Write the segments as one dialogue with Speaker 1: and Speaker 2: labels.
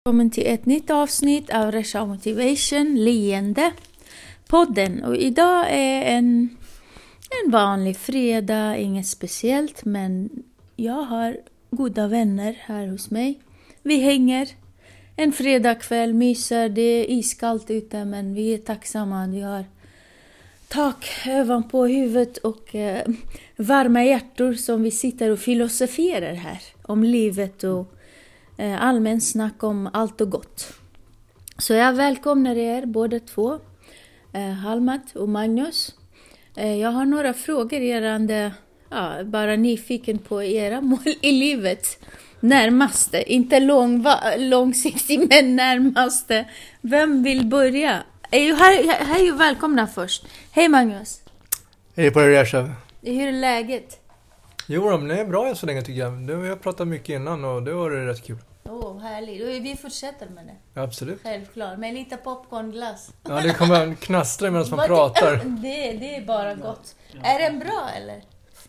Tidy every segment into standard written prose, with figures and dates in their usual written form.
Speaker 1: Välkommen till ett nytt avsnitt av Resha Motivation, Leende podden. Och idag är en vanlig fredag, inget speciellt, men jag har goda vänner här hos mig. Vi hänger en fredagkväll, myser, det är iskallt ute, men vi är tacksamma. Vi har tak ovanpå huvudet och varma hjärtor som vi sitter och filosoferar här om livet och allmän snack om allt och gott. Så jag välkomnar er båda två, Halmat och Magnus. Jag har några frågor gällande, bara nyfiken på era mål i livet. Närmaste, inte långsiktigt men närmaste. Vem vill börja? Hej och välkomna först. Hej Magnus.
Speaker 2: Hej på er Resha.
Speaker 1: Hur är läget?
Speaker 2: Jo, det är bra än så länge tycker jag. Vi har pratat mycket innan och det var rätt kul.
Speaker 1: Härligt. Vi fortsätter med det.
Speaker 2: Ja, absolut.
Speaker 1: Självklart. Med lite popcornglass.
Speaker 2: Ja, det kommer en knastra medan man pratar.
Speaker 1: Det är bara gott. Är den bra eller?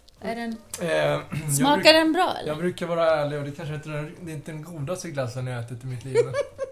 Speaker 1: Smakar den bra eller?
Speaker 2: Jag brukar vara ärlig och det kanske inte är den godaste glassen jag ätit i mitt liv.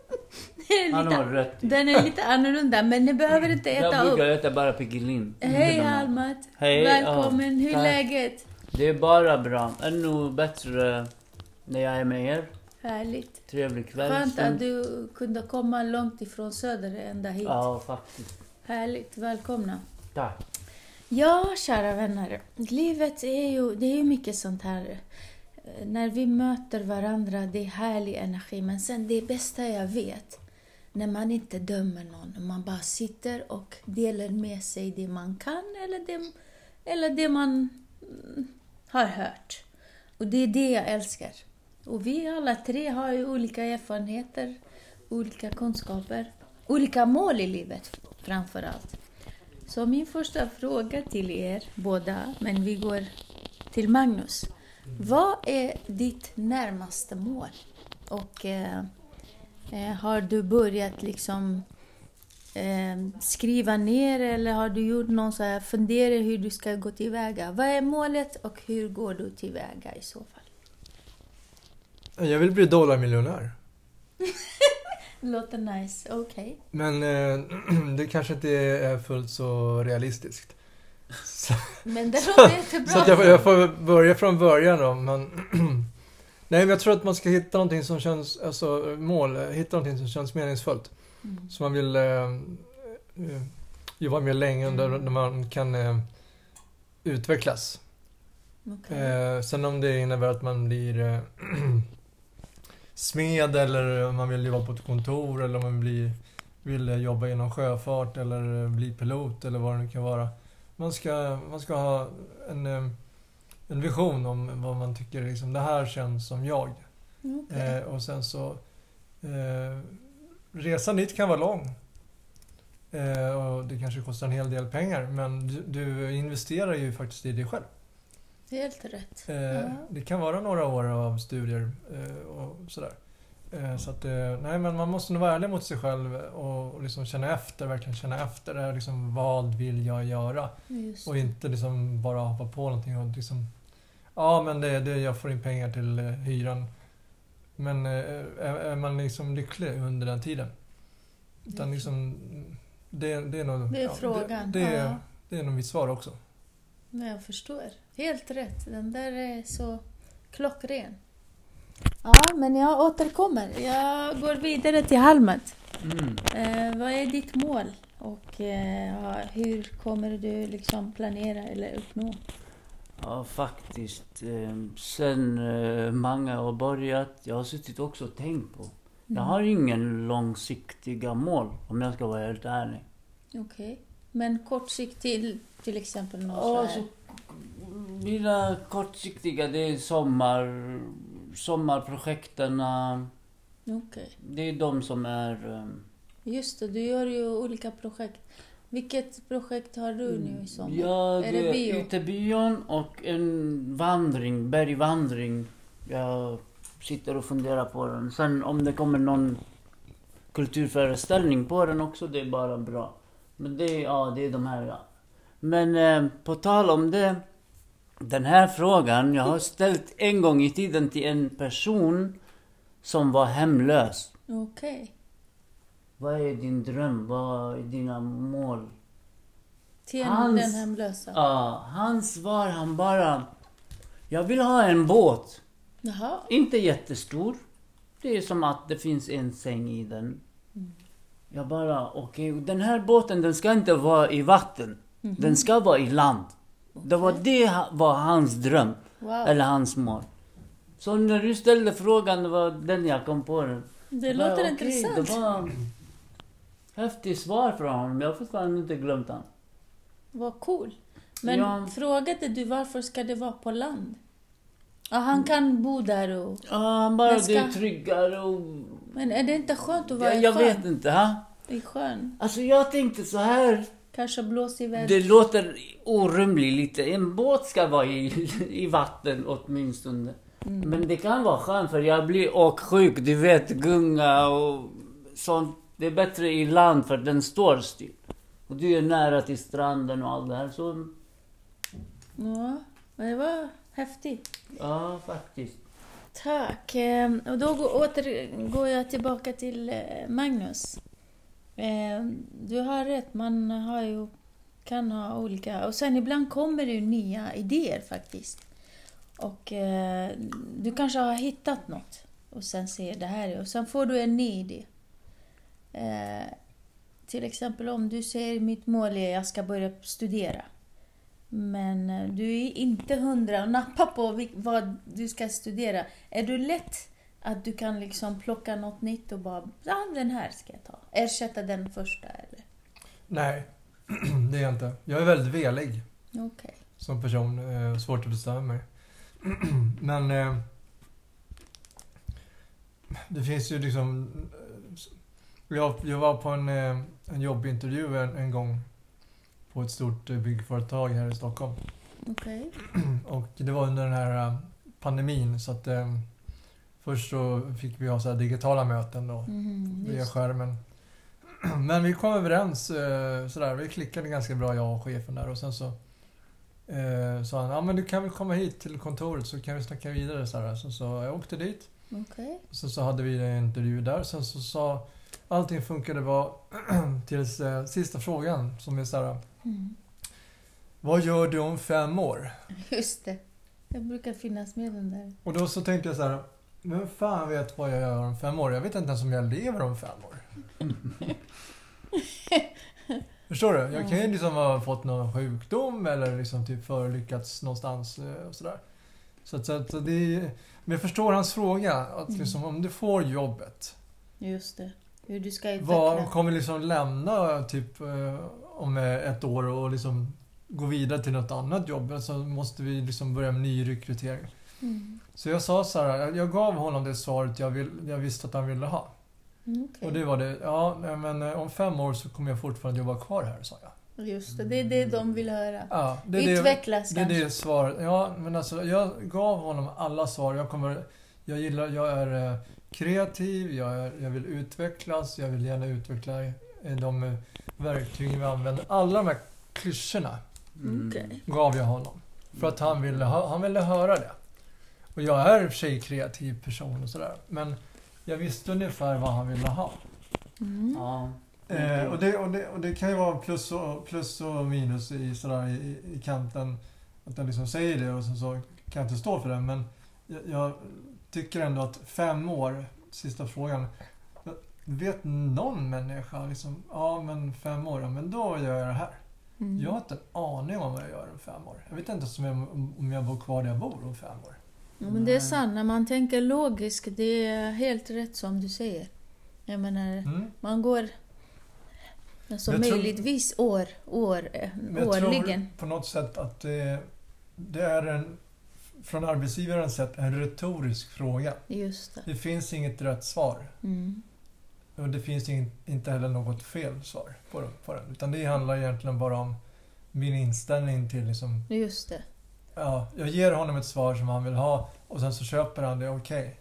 Speaker 1: Den är lite annorlunda, men ni behöver inte äta upp.
Speaker 3: Jag brukar äta bara Piggelin.
Speaker 1: Hej Halmat.
Speaker 3: Hej.
Speaker 1: Välkommen. Hur är läget?
Speaker 3: Det är bara bra. Ännu bättre när jag är med er.
Speaker 1: Härligt.
Speaker 3: Trevlig kväll.
Speaker 1: Skönt att du kunde komma långt ifrån söder ända hit.
Speaker 3: Ja, faktiskt.
Speaker 1: Härligt. Välkomna.
Speaker 3: Tack.
Speaker 1: Ja, kära vänner. Livet är ju mycket sånt här. När vi möter varandra, det är härlig energi. Men sen det bästa jag vet, när man inte dömer någon. Man bara sitter och delar med sig det man kan eller det man har hört. Och det är det jag älskar. Och vi alla tre har ju olika erfarenheter, olika kunskaper, olika mål i livet framför allt. Så min första fråga till er båda, men vi går till Magnus. Vad är ditt närmaste mål? Och har du börjat liksom skriva ner eller har du gjort någon så här fundering hur du ska gå tillväga? Vad är målet och hur går du tillväga i så fall?
Speaker 2: Jag vill bli dollarmiljonär.
Speaker 1: Låter nice, okej.
Speaker 2: Men det kanske inte är fullt så realistiskt.
Speaker 1: Men det låter jättebra.
Speaker 2: Så att jag får börja från början då. Men nej, men jag tror att man ska hitta någonting som känns, hitta någonting som känns meningsfullt. Så man vill jobba med länge där man kan utvecklas.
Speaker 1: Okay.
Speaker 2: Sen om det innebär att man blir smed eller om man vill jobba på ett kontor eller om man vill jobba inom sjöfart eller bli pilot eller vad det nu kan vara. Man ska ha en vision om vad man tycker liksom, det här känns som jag.
Speaker 1: Okay.
Speaker 2: Och sen så resan dit kan vara lång. Och det kanske kostar en hel del pengar, men du investerar ju faktiskt i dig själv.
Speaker 1: Helt rätt.
Speaker 2: Det kan vara några år av studier och sådär. Så att, nej, men man måste nog vara ärlig mot sig själv och liksom verkligen känna efter liksom, vad vill jag göra? Och inte liksom bara hoppa på någonting och liksom, men det jag får in pengar till hyran. Men är man liksom lycklig under den tiden? Utan liksom, det är nog...
Speaker 1: Det är frågan.
Speaker 2: Det är nog mitt svar också.
Speaker 1: Men jag förstår. Helt rätt. Den där är så klockren. Ja, men jag återkommer. Jag går vidare till Halmat. Vad är ditt mål? Och hur kommer du liksom planera eller uppnå?
Speaker 3: Ja, faktiskt. Sen många har börjat. Jag har suttit också och tänkt på. Jag har ingen långsiktiga mål, om jag ska vara helt ärlig.
Speaker 1: Okej. Men kortsiktigt till exempel något
Speaker 3: så här? Mina kortsiktiga, det är sommarprojekten.
Speaker 1: Okej.
Speaker 3: Det är de som är...
Speaker 1: Just det, du gör ju olika projekt. Vilket projekt har du nu i sommar?
Speaker 3: Ja,
Speaker 1: är det bio?
Speaker 3: Utebion och en bergvandring. Jag sitter och funderar på den. Sen om det kommer någon kulturföreställning på den också, det är bara bra. Men det är de här. Ja. Men på tal om det, den här frågan jag har ställt en gång i tiden till en person som var hemlös.
Speaker 1: Okej.
Speaker 3: Vad är din dröm? Vad är dina mål?
Speaker 1: Till
Speaker 3: Hans-
Speaker 1: den hemlösa.
Speaker 3: Ja, hans svar, han bara... Jag vill ha en båt.
Speaker 1: Jaha.
Speaker 3: Inte jättestor. Det är som att det finns en säng i den. Jag bara, okej, den här båten, den ska inte vara i vatten. Den ska vara i land. Det var hans dröm.
Speaker 1: Wow.
Speaker 3: Eller hans mål. Så när du ställde frågan, det var den jag kom på den.
Speaker 1: Det
Speaker 3: Jag
Speaker 1: låter
Speaker 3: bara,
Speaker 1: intressant.
Speaker 3: Det var häftigt svar från honom. Jag har fortfarande inte glömt han.
Speaker 1: Vad cool. Men
Speaker 3: Ja.
Speaker 1: frågade du varför ska det vara på land? Ja, han kan bo där och...
Speaker 3: Ja, han bara,
Speaker 1: Men ska-
Speaker 3: det är tryggare och...
Speaker 1: Men är det inte skönt att vara
Speaker 3: Jag
Speaker 1: i sjön?
Speaker 3: vet inte, ha?
Speaker 1: I sjön?
Speaker 3: Alltså jag tänkte så här.
Speaker 1: Kanske blåsa iväg?
Speaker 3: Det låter orimligt lite. En båt ska vara i vatten åtminstone. Men det kan vara skönt för jag blir åksjuk. Du vet, gunga och sånt. Det är bättre i land för den står still. Och du är nära till stranden och allt det här. Så
Speaker 1: Ja, det var häftigt.
Speaker 3: ja, faktiskt.
Speaker 1: Tack. Och då återgår jag tillbaka till Magnus. Du har rätt, man har ju, kan ha olika... Och sen ibland kommer det ju nya idéer faktiskt. Och du kanske har hittat något. Och sen ser det här. Och sen får du en ny idé. Till exempel om du säger mitt mål är att jag ska börja studera. Men du är inte 100 och nappar på vad du ska studera. Är du lätt att du kan liksom plocka något nytt och bara, ja, den här ska jag ta. Ersätta den första eller?
Speaker 2: Nej, det är jag inte. Jag är väldigt velig
Speaker 1: Okej.
Speaker 2: som person. Svårt att bestämma mig. Men det finns ju liksom... Jag var på en jobbintervju en gång på ett stort byggföretag här i Stockholm.
Speaker 1: Okej.
Speaker 2: Och det var under den här pandemin så att först så fick vi ha så här digitala möten då via
Speaker 1: Just.
Speaker 2: skärmen. Men vi kom överens sådär, vi klickade ganska bra jag och chefen där och sen så sa han, ja men du kan väl komma hit till kontoret så kan vi snacka vidare sådär. Så jag åkte dit.
Speaker 1: Okej.
Speaker 2: Så hade vi en intervju där. Sen så sa allting funkade bra tills sista frågan som är såhär. Vad gör du om 5 år?
Speaker 1: Just det. Jag brukar finnas med den där.
Speaker 2: Och då så tänkte jag så här, men fan vet vad jag gör om 5 år? Jag vet inte ens om jag lever om 5 år. Förstår du? Jag kan ju liksom ha fått någon sjukdom eller liksom typ förolyckats någonstans och sådär. Så det är, men jag förstår hans fråga. Att liksom, om du får jobbet.
Speaker 1: Just det. Hur du ska utveckla.
Speaker 2: Vad kommer liksom lämna typ om 1 år och liksom gå vidare till något annat jobb? Så måste vi liksom börja med ny rekrytering. Så jag sa så här, jag gav honom det svaret jag visste att han ville ha.
Speaker 1: Okay.
Speaker 2: Och det var det, ja men om 5 år så kommer jag fortfarande jobba kvar här, sa jag.
Speaker 1: Just det, det är det de vill höra.
Speaker 2: Ja,
Speaker 1: Utvecklas
Speaker 2: det är det svaret. Ja, men alltså jag gav honom alla svar. Jag är kreativ, jag vill utvecklas, jag vill gärna utveckla de verktyg vi använder. Alla de här klyschorna gav jag honom. För att han ville höra det. Och jag är i och för sig kreativ person och sådär. Men jag visste ungefär vad han ville ha.
Speaker 3: Ja.
Speaker 2: Och det kan ju vara plus och minus i kanten. Att jag liksom säger det och så kan jag inte stå för det. Men jag tycker ändå att 5 år, sista frågan. Vet någon människa liksom, ja men 5 år, men då gör jag det här. Jag har inte en aning om vad jag gör om 5 år. Jag vet inte om jag bor kvar där jag bor om 5 år.
Speaker 1: Ja, men det är sant, när man tänker logiskt, det är helt rätt som du säger. Jag menar, man går alltså möjligtvis årligen.
Speaker 2: Jag tror på något sätt att det är från arbetsgivarens sätt en retorisk fråga.
Speaker 1: Just det.
Speaker 2: Det finns inget rätt svar. Och det finns inte heller något fel svar på den. Utan det handlar egentligen bara om min inställning till liksom...
Speaker 1: Just det.
Speaker 2: Ja, jag ger honom ett svar som han vill ha och sen så köper han det, okej.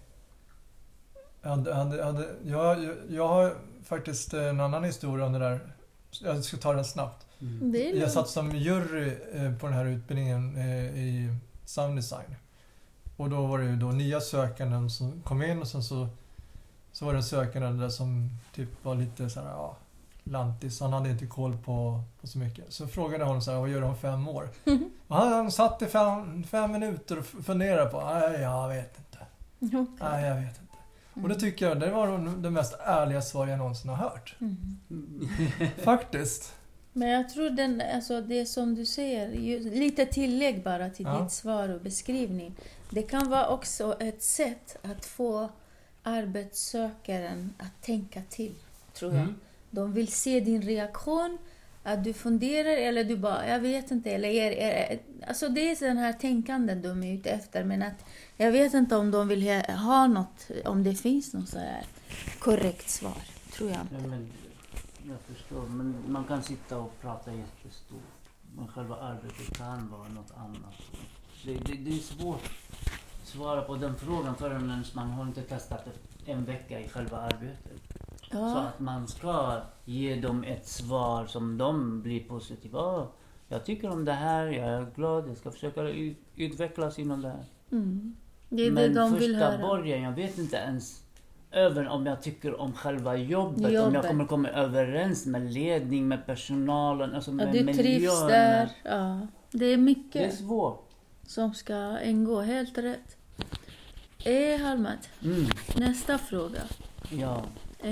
Speaker 2: Jag har faktiskt en annan historia om det där. Jag ska ta den snabbt. Jag satt som jury på den här utbildningen i sounddesign. Och då var det ju då nya sökanden som kom in och sen så var det en sökande där som typ var lite så här, ja, lantis. Han hade inte koll på så mycket. Så frågade jag honom så här, vad gör du om 5 år? Och han satt i 5 minuter och funderade på, nej, jag vet inte.
Speaker 1: Okay.
Speaker 2: Nej, jag vet inte. Och det tycker jag, det var det mest ärliga svar jag någonsin har hört. Faktiskt.
Speaker 1: Men jag tror alltså det som du säger, lite tillägg bara till ditt svar och beskrivning. Det kan vara också ett sätt att få arbetssökaren att tänka till, tror jag. De vill se din reaktion, att du funderar eller du bara, jag vet inte. Eller alltså det är den här tänkanden de är ute efter. Men att jag vet inte om de vill ha något, om det finns något så här korrekt svar, tror jag inte.
Speaker 3: Ja, men jag förstår, men man kan sitta och prata jättestort. Men själva arbetet kan vara något annat. Det är svårt att svara på den frågan förrän man har inte testat en vecka i själva arbetet.
Speaker 1: Ja.
Speaker 3: Så att man ska ge dem ett svar som de blir positiva. Jag tycker om det här, jag är glad, jag ska försöka utvecklas inom det här.
Speaker 1: Det är
Speaker 3: men
Speaker 1: det de vill höra.
Speaker 3: första början, jag vet inte ens även om jag tycker om själva jobbet. Om jag kommer komma överens med ledning, med personalen, alltså med
Speaker 1: du
Speaker 3: miljön.
Speaker 1: Trivs där. Ja. Det är mycket
Speaker 3: det är svårt.
Speaker 1: Som ska ingå, helt rätt. Halmad, nästa fråga.
Speaker 3: Ja.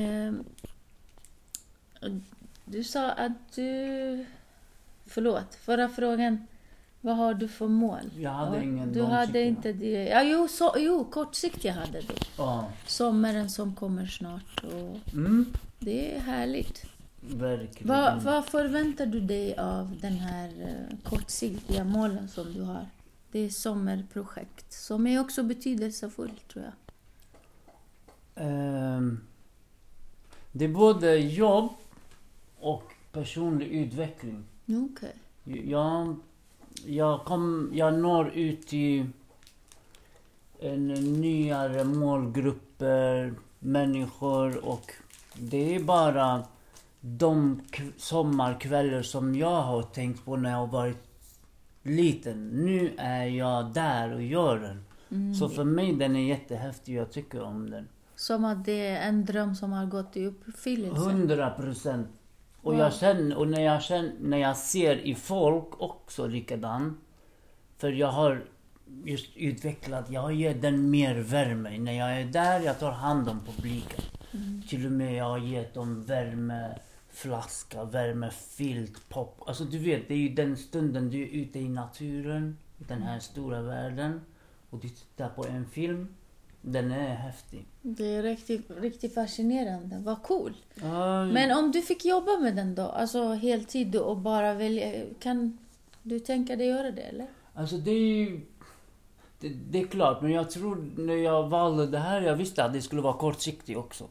Speaker 1: Du sa att du... Förlåt, förra frågan. Vad har du för mål?
Speaker 3: Jag hade ingen
Speaker 1: Du hade inte det. Ja, kortsiktiga hade du.
Speaker 3: Ja.
Speaker 1: Sommaren som kommer snart. Och det är härligt.
Speaker 3: Verkligen.
Speaker 1: Vad förväntar du dig av den här kortsiktiga målen som du har? Det är sommarprojekt som är också betydelsefullt, tror jag.
Speaker 3: Det är både jobb och personlig utveckling.
Speaker 1: Okej.
Speaker 3: Jag når ut till en nyare målgrupper, människor, och det är bara de sommarkvällar som jag har tänkt på när jag har varit liten. Nu är jag där och gör den. Så för mig den är jättehäftig, jag tycker om den.
Speaker 1: Som att det är en dröm som har gått i uppfyllelse.
Speaker 3: 100%. Och
Speaker 1: Wow.
Speaker 3: jag känner, och när jag ser i folk också likadan. För jag har just utvecklat, jag ger den mer värme. När jag är där, jag tar hand om publiken. Till och med jag har gett dem värmeflaska, värmefilt, pop. Alltså du vet, det är ju den stunden du är ute i naturen, i den här stora världen. Och du tittar på en film. Den är häftig.
Speaker 1: Det är riktigt fascinerande. Vad cool. Men om du fick jobba med den då, alltså heltid och bara välja, kan du tänka dig göra det, eller?
Speaker 3: Alltså det är ju... Det är klart, men jag tror när jag valde det här, jag visste att det skulle vara kortsiktigt också.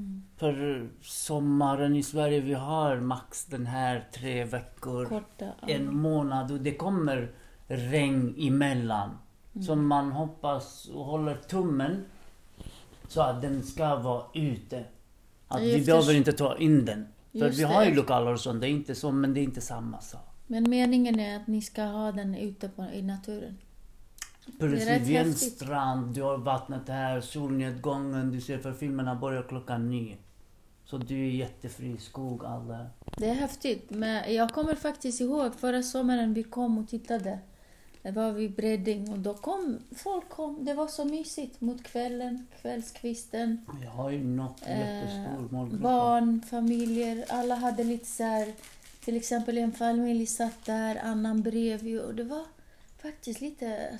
Speaker 3: För sommaren i Sverige, vi har max den här 3 veckor,
Speaker 1: Korta,
Speaker 3: en månad, och det kommer regn emellan. Så man hoppas och håller tummen så att den ska vara ute. Att vi behöver inte ta in den. För vi har ju lokaler och sånt, det är inte så, men det är inte samma sak.
Speaker 1: Men meningen är att ni ska ha den ute i naturen.
Speaker 3: Precis, vid en strand, du har vattnet här, solnedgången, du ser, för filmerna börjar 9:00. Så du är jättefri, skog, alla.
Speaker 1: Det är häftigt, men jag kommer faktiskt ihåg förra sommaren vi kom och tittade. Det var vid Bredding och då folk, det var så mysigt mot kvällskvisten.
Speaker 3: Jag har ju något jättestor målgrupp.
Speaker 1: Barn, familjer, alla hade lite så här, till exempel en familj satt där, annan bredvid, och det var faktiskt lite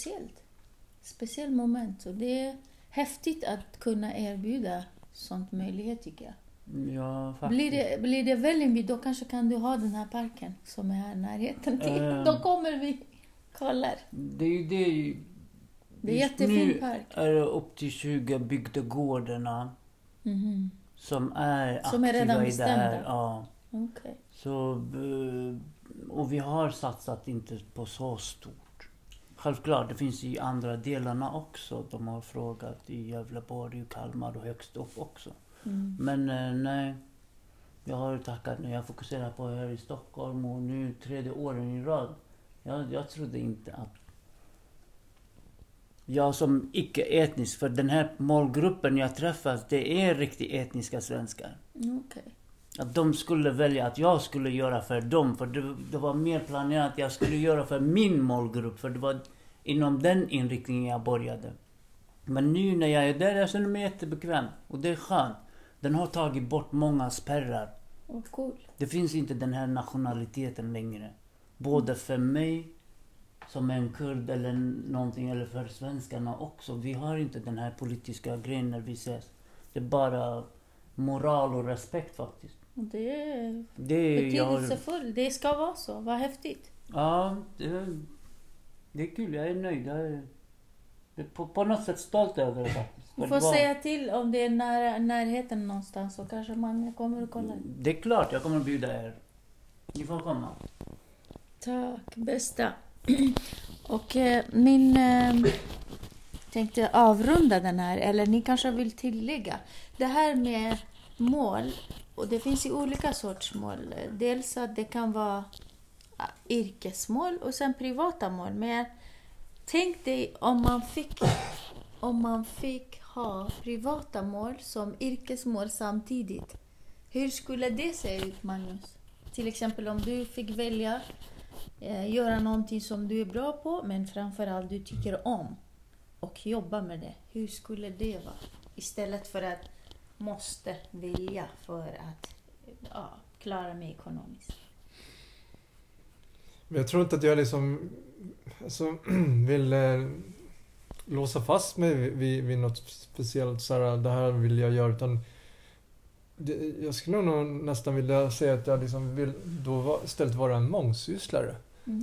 Speaker 1: speciellt moment. Och det är häftigt att kunna erbjuda sånt möjlighet, tycker jag.
Speaker 3: Ja, faktiskt.
Speaker 1: Blir det Vällingby, då kanske kan du ha den här parken som är här i närheten till. Då kommer vi kollar.
Speaker 3: Det är ju det.
Speaker 1: Det är jättefin park.
Speaker 3: Nu är det upp till 20 bygdegårdarna som är aktiva
Speaker 1: redan
Speaker 3: i det här.
Speaker 1: bestämda.
Speaker 3: Ja.
Speaker 1: Okay.
Speaker 3: Så, och vi har satsat inte på så stort. Självklart, det finns i andra delarna också. De har frågat i Gävleborg, i Kalmar och högst upp också. Men nej, jag har tackat nu. Jag fokuserar på här i Stockholm och nu 3:e åren i rad. Jag trodde inte att... jag som icke-etnisk, för den här målgruppen jag träffat, det är riktigt etniska svenskar.
Speaker 1: Okej.
Speaker 3: Att de skulle välja att jag skulle göra för dem, för det var mer planerat att jag skulle göra för min målgrupp, för det var inom den inriktningen jag började. Men nu när jag är där, jag känner mig jättebekväm, och det är skönt. Den har tagit bort många spärrar.
Speaker 1: Cool.
Speaker 3: Det finns inte den här nationaliteten längre. Både för mig som en kurd eller någonting, eller för svenskarna också. Vi har inte den här politiska grejen när vi ses. Det är bara moral och respekt faktiskt.
Speaker 1: Det är
Speaker 3: Det
Speaker 1: betydelsefullt. Det ska vara så. Vad häftigt.
Speaker 3: Ja, det är kul. Jag är nöjd. Jag är på något sätt stolt över det faktiskt.
Speaker 1: Du får säga till om det är närheten någonstans, så kanske man kommer och kollar.
Speaker 3: Det är klart, jag kommer att bjuda er. Ni får komma.
Speaker 1: Tack, bästa. Och tänkte avrunda den här, eller ni kanske vill tillägga. Det här med mål, och det finns ju olika sorts mål. Dels att det kan vara yrkesmål och sen privata mål. Men tänk dig om man fick ha privata mål som yrkesmål samtidigt. Hur skulle det se ut, Magnus? Till exempel om du fick välja göra någonting som du är bra på, men framförallt du tycker om, och jobba med det. Hur skulle det vara? Istället för att måste vilja för att klara mig ekonomiskt.
Speaker 2: Men jag tror inte att jag liksom vill låsa fast mig vid något speciellt, så här, det här vill jag göra, utan jag skulle nog nästan vilja säga att jag liksom vill då istället vara en mångsysslare.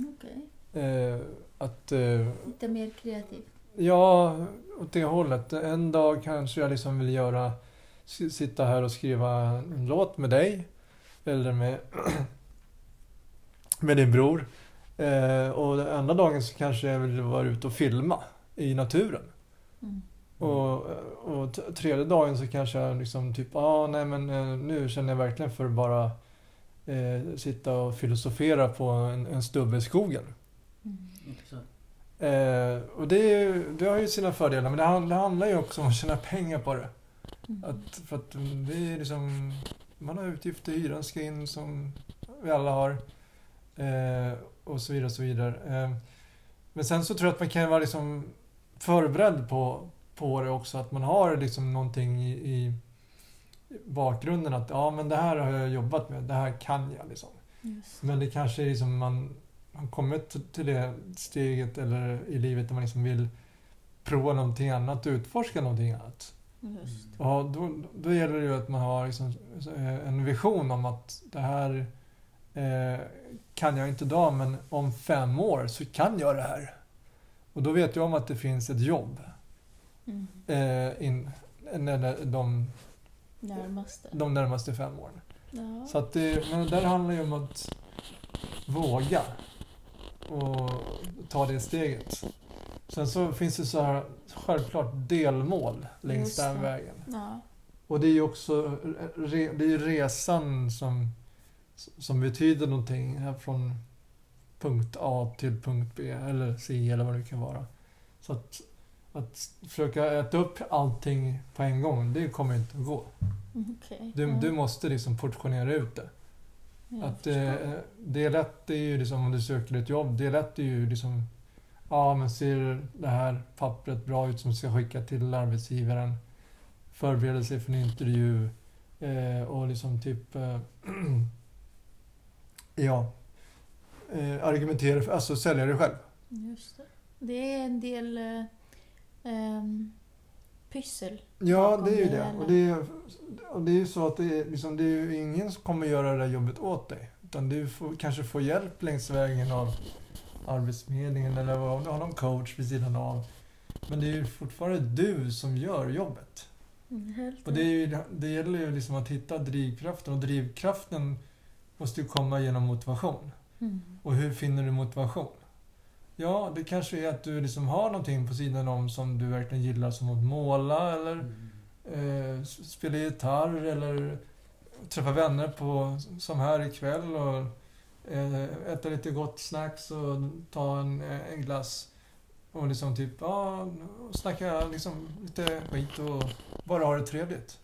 Speaker 1: Lite mer kreativ.
Speaker 2: Ja, åt det hållet. En dag kanske jag liksom vill sitta här och skriva en låt med dig, eller med din bror. Och den andra dagen så kanske jag vill vara ute och filma i naturen. Och tredje dagen så kanske jag liksom typ, nu känner jag verkligen för att bara sitta och filosofera på en stubbe i skogen. Och det har ju sina fördelar, men det handlar ju också om att tjäna pengar på det. För att det är liksom, man har utgifter, hyran ska in som vi alla har, och så vidare och så vidare. Men sen så tror jag att man kan vara liksom förberedd på det också, att man har liksom någonting i bakgrunden, att men det här har jag jobbat med, det här kan jag liksom. Men det kanske är liksom man kommit till det steget eller i livet där man liksom vill prova någonting annat, utforska någonting annat. Och då gäller det ju att man har liksom en vision om att det här kan jag inte idag, men om 5 år så kan jag det här. Och då vet jag om att det finns ett jobb de närmaste 5 åren. Ja. Så att men det där handlar ju om att våga och ta det steget. Sen så finns det så här självklart delmål längs den vägen. Ja. Och det är ju också det är resan som betyder någonting här från punkt A till punkt B eller C eller vad det kan vara. Så att försöka äta upp allting på en gång, det kommer inte att gå. Du måste liksom portionera ut det. Att det är lätt, det är ju liksom om du söker ett jobb, det är lätt, det är ju liksom men ser det här pappret bra ut som ska skicka till arbetsgivaren, förbereda sig för en intervju och liksom typ argumentera för, alltså sälja det själv.
Speaker 1: Just det. Det är en del pyssel.
Speaker 2: Ja, det är ju det. Och det är ju så att det är ju ingen som kommer göra det där jobbet åt dig. Utan du kanske får hjälp längs vägen av Arbetsförmedlingen eller om du har någon coach vid sidan av. Men det är ju fortfarande du som gör jobbet. Och det gäller ju liksom att hitta drivkraften. Och drivkraften måste ju komma genom motivation. Och hur finner du motivation? Ja, det kanske är att du liksom har någonting på sidan om som du verkligen gillar, som att måla eller spela gitarr eller träffa vänner som här ikväll och äta lite gott snacks och ta en glass. Och liksom typ, ja, snacka liksom lite skit och bara ha det trevligt.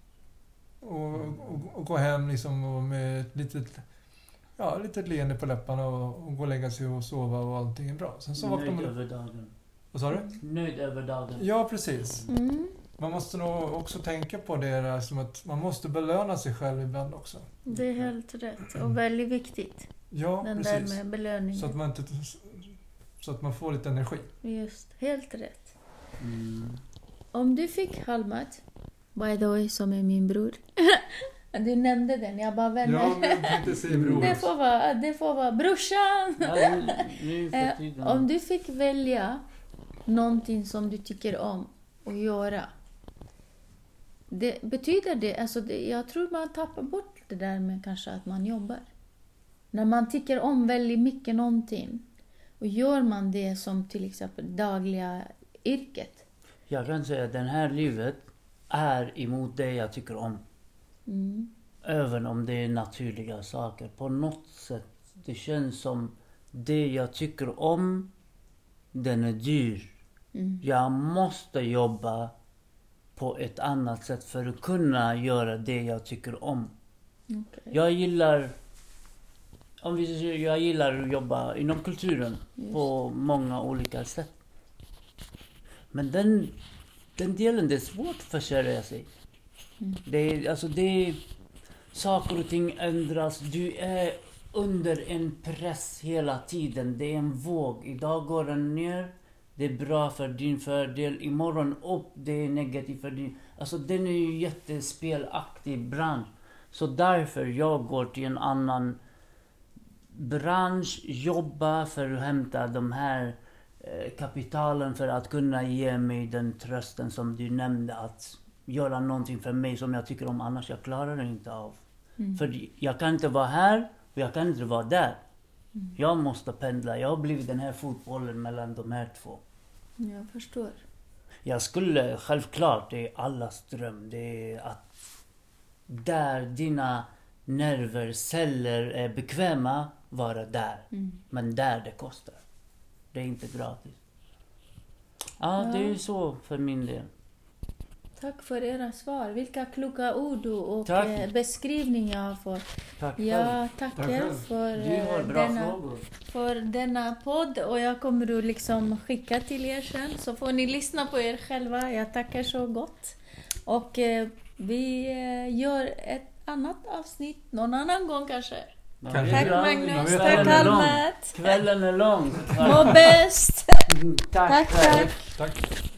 Speaker 2: Och gå hem liksom och med ett litet leende på läpparna och gå och lägga sig och sova och allting är bra. Sen så vaknar man...
Speaker 3: Nöjd över dagen.
Speaker 2: Vad sa du?
Speaker 3: Nöjd över dagen.
Speaker 2: Ja, precis. Man måste nog också tänka på det där som att man måste belöna sig själv ibland också.
Speaker 1: Det är helt rätt och väldigt viktigt.
Speaker 2: Ja,
Speaker 1: Den
Speaker 2: precis.
Speaker 1: där med belöningen.
Speaker 2: Så att man får lite energi.
Speaker 1: Just, helt rätt. Om du fick Halmat, by the way, som är min bror. Du nämnde den, jag bara vänner.
Speaker 2: Ja, men jag tänkte säga bror.
Speaker 1: Det får vara brorsan.
Speaker 3: Ja, nu för tiden.
Speaker 1: Om du fick välja någonting som du tycker om att göra. Det betyder det, alltså jag tror man tappar bort det där med kanske att man jobbar. När man tycker om väldigt mycket någonting och gör man det som till exempel dagliga yrket.
Speaker 3: Jag kan säga att det här livet är emot det jag tycker om. Även om det är naturliga saker. På något sätt, det känns som det jag tycker om, den är dyr. Jag måste jobba på ett annat sätt för att kunna göra det jag tycker om.
Speaker 1: Okay.
Speaker 3: Jag gillar att jobba inom kulturen på många olika sätt. Men den delen, det är svårt att försörja sig. Saker och ting ändras. Du är under en press hela tiden. Det är en våg. Idag går den ner. Det är bra för din fördel. Imorgon upp. Det är negativt för din. Alltså den är ju jättespelaktig bransch. Så därför jag går till en annan bransch. Jobba för att hämta de här kapitalen för att kunna ge mig den trösten som du nämnde. Att göra någonting för mig som jag tycker om. Annars jag klarar det inte av. För jag kan inte vara här och jag kan inte vara där. Jag måste pendla. Jag har blivit den här fotbollen mellan de här två.
Speaker 1: Jag förstår.
Speaker 3: Jag skulle självklart, det är allas dröm. Det är att där dina nerver, celler är bekväma, vara där. Men där det kostar. Det är inte gratis. Ja, det är ju så för min del.
Speaker 1: Tack för era svar. Vilka kloka ord och
Speaker 3: Tack.
Speaker 1: beskrivningar jag har fått.
Speaker 3: Tack
Speaker 1: Jag
Speaker 2: Tack
Speaker 1: tackar
Speaker 2: själv.
Speaker 1: för denna podd och jag kommer att liksom skicka till er sen så får ni lyssna på er själva. Jag tackar så gott. Och vi gör ett annat avsnitt någon annan gång kanske. Tack Magnus, tack Halmat.
Speaker 3: Kvällen är lång.
Speaker 1: Må bäst.
Speaker 3: Tack.
Speaker 1: Tack.
Speaker 2: Tack.